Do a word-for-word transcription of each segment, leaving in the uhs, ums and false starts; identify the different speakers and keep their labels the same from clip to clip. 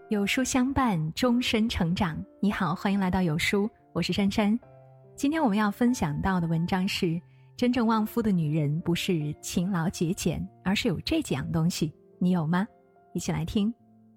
Speaker 1: 有书相伴，终身成长。你好，欢迎来到有书，我是珊珊。今天我们要分享到的文章是：真正旺夫的女人不是勤劳节俭，而是有这几样东西，你有吗？一起来听。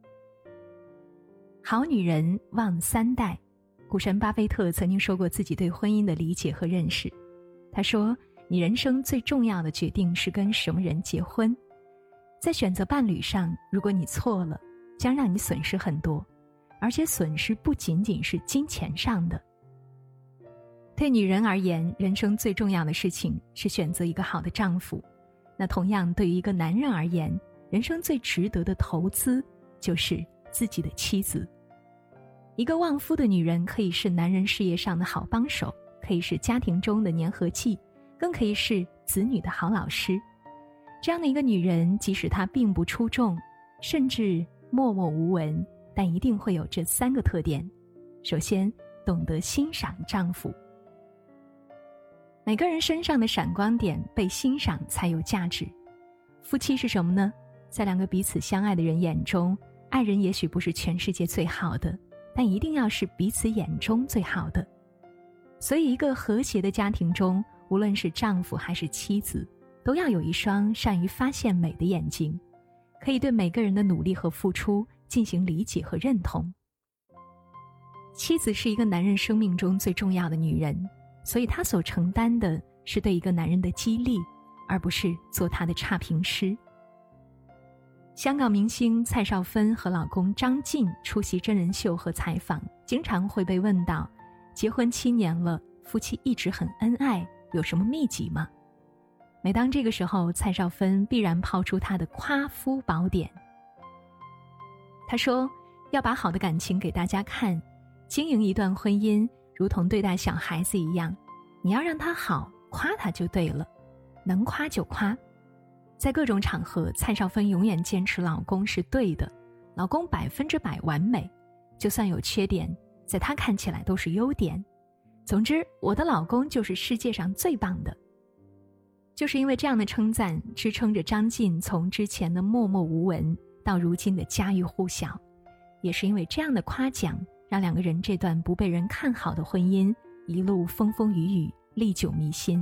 Speaker 1: 好女人旺三代。股神巴菲特曾经说过自己对婚姻的理解和认识。他说，你人生最重要的决定是跟什么人结婚。在选择伴侣上，如果你错了，将让你损失很多，而且损失不仅仅是金钱上的。对女人而言，人生最重要的事情是选择一个好的丈夫。那同样对于一个男人而言，人生最值得的投资就是自己的妻子。一个旺夫的女人可以是男人事业上的好帮手，可以是家庭中的粘合剂，更可以是子女的好老师。这样的一个女人，即使她并不出众，甚至默默无闻，但一定会有这三个特点。首先，懂得欣赏丈夫。每个人身上的闪光点被欣赏才有价值。夫妻是什么呢？在两个彼此相爱的人眼中，爱人也许不是全世界最好的，但一定要是彼此眼中最好的。所以一个和谐的家庭中，无论是丈夫还是妻子，都要有一双善于发现美的眼睛，可以对每个人的努力和付出进行理解和认同。妻子是一个男人生命中最重要的女人，所以她所承担的是对一个男人的激励，而不是做他的差评师。香港明星蔡少芬和老公张晋出席真人秀和采访，经常会被问到，结婚七年了，夫妻一直很恩爱，有什么秘籍吗？每当这个时候，蔡少芬必然抛出她的夸夫宝典。她说，要把好的感情给大家看，经营一段婚姻如同对待小孩子一样，你要让他好，夸他就对了，能夸就夸。在各种场合，蔡少芬永远坚持老公是对的，老公百分之百完美，就算有缺点，在她看起来都是优点。总之，我的老公就是世界上最棒的。就是因为这样的称赞，支撑着张晋从之前的默默无闻到如今的家喻户晓。也是因为这样的夸奖，让两个人这段不被人看好的婚姻一路风风雨雨，历久弥新。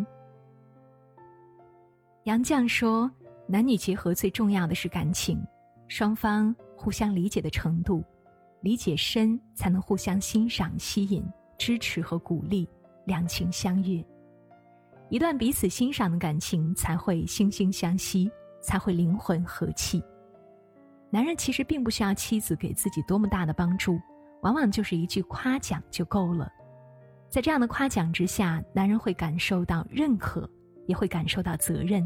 Speaker 1: 杨绛说，男女结合最重要的是感情，双方互相理解的程度，理解深才能互相欣赏、吸引、支持和鼓励，两情相悦。一段彼此欣赏的感情才会惺惺相惜，才会灵魂和气。男人其实并不需要妻子给自己多么大的帮助，往往就是一句夸奖就够了。在这样的夸奖之下，男人会感受到认可，也会感受到责任。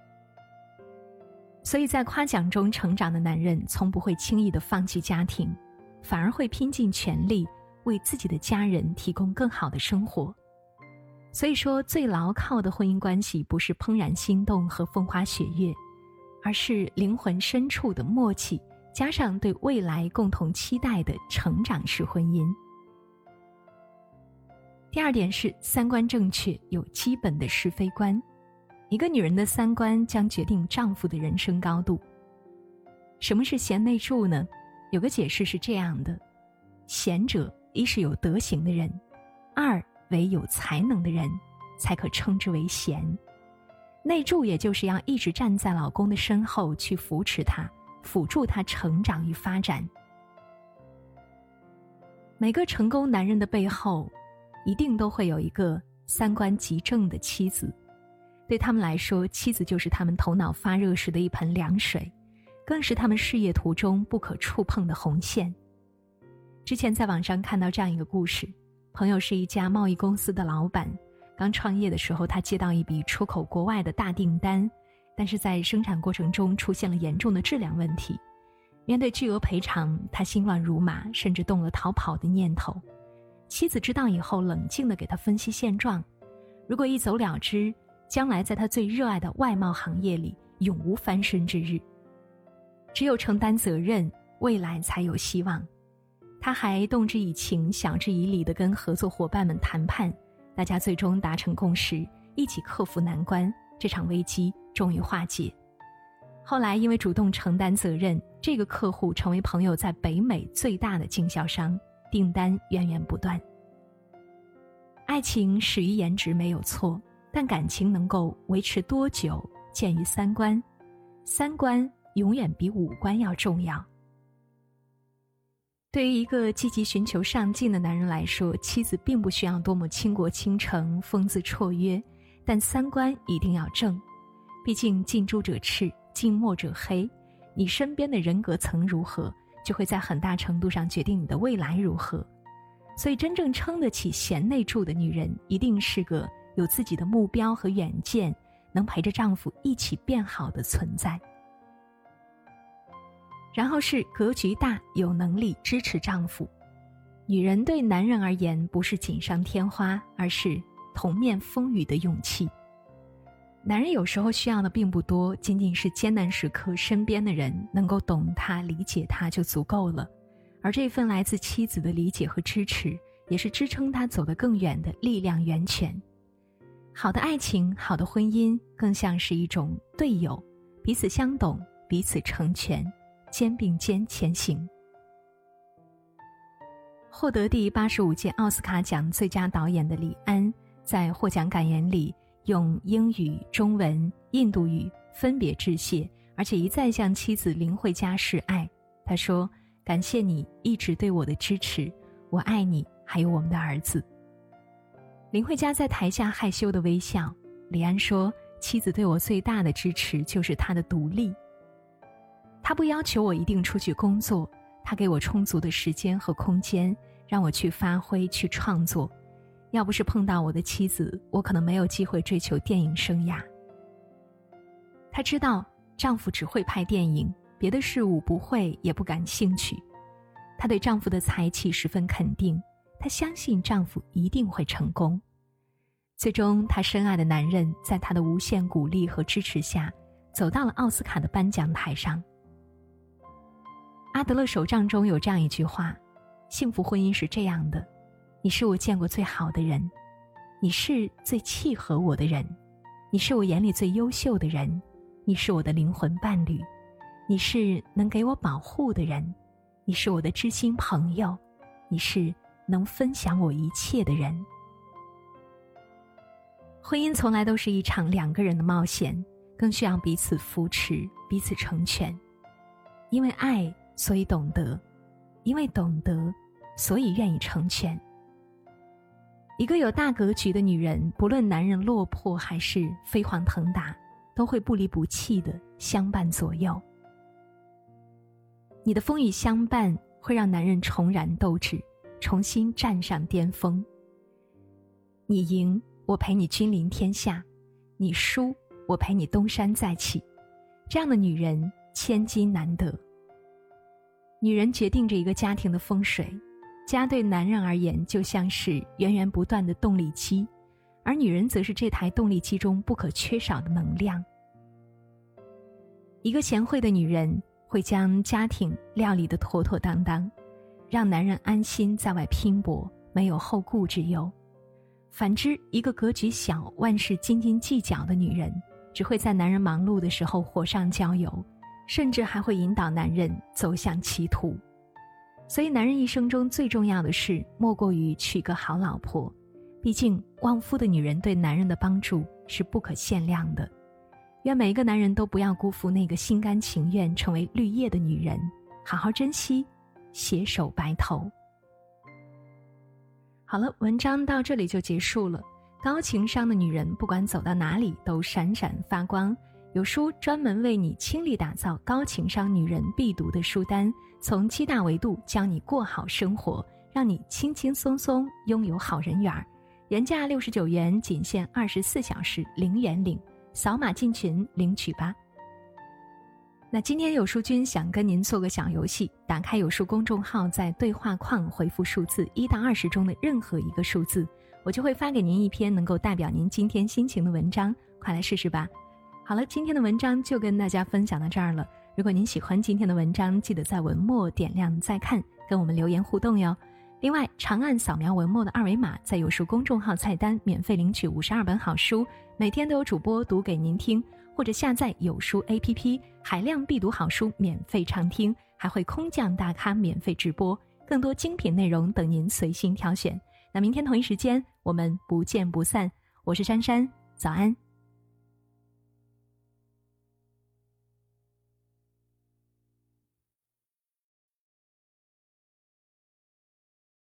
Speaker 1: 所以在夸奖中成长的男人从不会轻易地放弃家庭，反而会拼尽全力为自己的家人提供更好的生活。所以说，最牢靠的婚姻关系不是怦然心动和风花雪月，而是灵魂深处的默契，加上对未来共同期待的成长式婚姻。第二点是三观正确，有基本的是非观。一个女人的三观将决定丈夫的人生高度。什么是贤内助呢？有个解释是这样的：贤者，一是有德行的人，二为有才能的人，才可称之为贤。内助也就是要一直站在老公的身后去扶持他，辅助他成长与发展。每个成功男人的背后，一定都会有一个三观极正的妻子。对他们来说，妻子就是他们头脑发热时的一盆凉水，更是他们事业途中不可触碰的红线。之前在网上看到这样一个故事，朋友是一家贸易公司的老板，刚创业的时候，他接到一笔出口国外的大订单，但是在生产过程中出现了严重的质量问题。面对巨额赔偿，他心乱如麻，甚至动了逃跑的念头。妻子知道以后，冷静地给他分析现状，如果一走了之，将来在他最热爱的外贸行业里永无翻身之日。只有承担责任，未来才有希望。他还动之以情，晓之以理地跟合作伙伴们谈判，大家最终达成共识，一起克服难关，这场危机终于化解。 后来因为主动承担责任，这个客户成为朋友在北美最大的经销商，订单源源不断。爱情始于颜值没有错，但感情能够维持多久，见于三观。三观永远比五官要重要。对于一个积极寻求上进的男人来说，妻子并不需要多么倾国倾城、风姿绰约，但三观一定要正。毕竟近朱者赤，近墨者黑，你身边的人格层如何，就会在很大程度上决定你的未来如何。所以真正撑得起贤内助的女人，一定是个有自己的目标和远见，能陪着丈夫一起变好的存在。然后是格局大，有能力支持丈夫。女人对男人而言不是锦上添花，而是同面风雨的勇气。男人有时候需要的并不多，仅仅是艰难时刻身边的人能够懂他、理解他就足够了。而这份来自妻子的理解和支持，也是支撑他走得更远的力量源泉。好的爱情，好的婚姻，更像是一种队友，彼此相懂，彼此成全，肩并肩前行。获得第八十五届奥斯卡奖最佳导演的李安，在获奖感言里用英语、中文、印度语分别致谢，而且一再向妻子林慧嘉示爱。他说：感谢你一直对我的支持，我爱你，还有我们的儿子。林慧嘉在台下害羞的微笑。李安说：妻子对我最大的支持就是她的独立。他不要求我一定出去工作，他给我充足的时间和空间，让我去发挥，去创作。要不是碰到我的妻子，我可能没有机会追求电影生涯。她知道丈夫只会拍电影，别的事物不会也不感兴趣。她对丈夫的才气十分肯定，她相信丈夫一定会成功。最终她深爱的男人在她的无限鼓励和支持下，走到了奥斯卡的颁奖台上。阿德勒手账中有这样一句话：幸福婚姻是这样的，你是我见过最好的人，你是最契合我的人，你是我眼里最优秀的人，你是我的灵魂伴侣，你是能给我保护的人，你是我的知心朋友，你是能分享我一切的人。婚姻从来都是一场两个人的冒险，更需要彼此扶持，彼此成全。因为爱，所以懂得；因为懂得，所以愿意成全。一个有大格局的女人，不论男人落魄还是飞黄腾达，都会不离不弃地相伴左右。你的风雨相伴，会让男人重燃斗志，重新站上巅峰。你赢，我陪你君临天下；你输，我陪你东山再起。这样的女人千金难得。女人决定着一个家庭的风水，家对男人而言就像是源源不断的动力机，而女人则是这台动力机中不可缺少的能量。一个贤惠的女人会将家庭料理得妥妥当当，让男人安心在外拼搏，没有后顾之忧。反之，一个格局小、万事斤斤计较的女人，只会在男人忙碌的时候火上浇油，甚至还会引导男人走向歧途。所以男人一生中最重要的事，莫过于娶个好老婆。毕竟旺夫的女人对男人的帮助是不可限量的。愿每一个男人都不要辜负那个心甘情愿成为绿叶的女人，好好珍惜，携手白头。好了，文章到这里就结束了。高情商的女人不管走到哪里都闪闪发光，有书专门为你倾力打造高情商女人必读的书单，从七大维度教你过好生活，让你轻轻松松拥有好人缘。原价六十九元，仅限二十四小时零元领，扫码进群领取吧。那今天有书君想跟您做个小游戏，打开有书公众号，在对话框回复数字一到二十中的任何一个数字，我就会发给您一篇能够代表您今天心情的文章，快来试试吧。好了，今天的文章就跟大家分享到这儿了。如果您喜欢今天的文章，记得在文末点亮再看，跟我们留言互动哟。另外，长按扫描文末的二维码，在有书公众号菜单免费领取五十二本好书，每天都有主播读给您听。 或者下载有书 A P P， 海量必读好书免费畅听，还会空降大咖免费直播，更多精品内容等您随心挑选。那明天同一时间我们不见不散。我是珊珊，早安。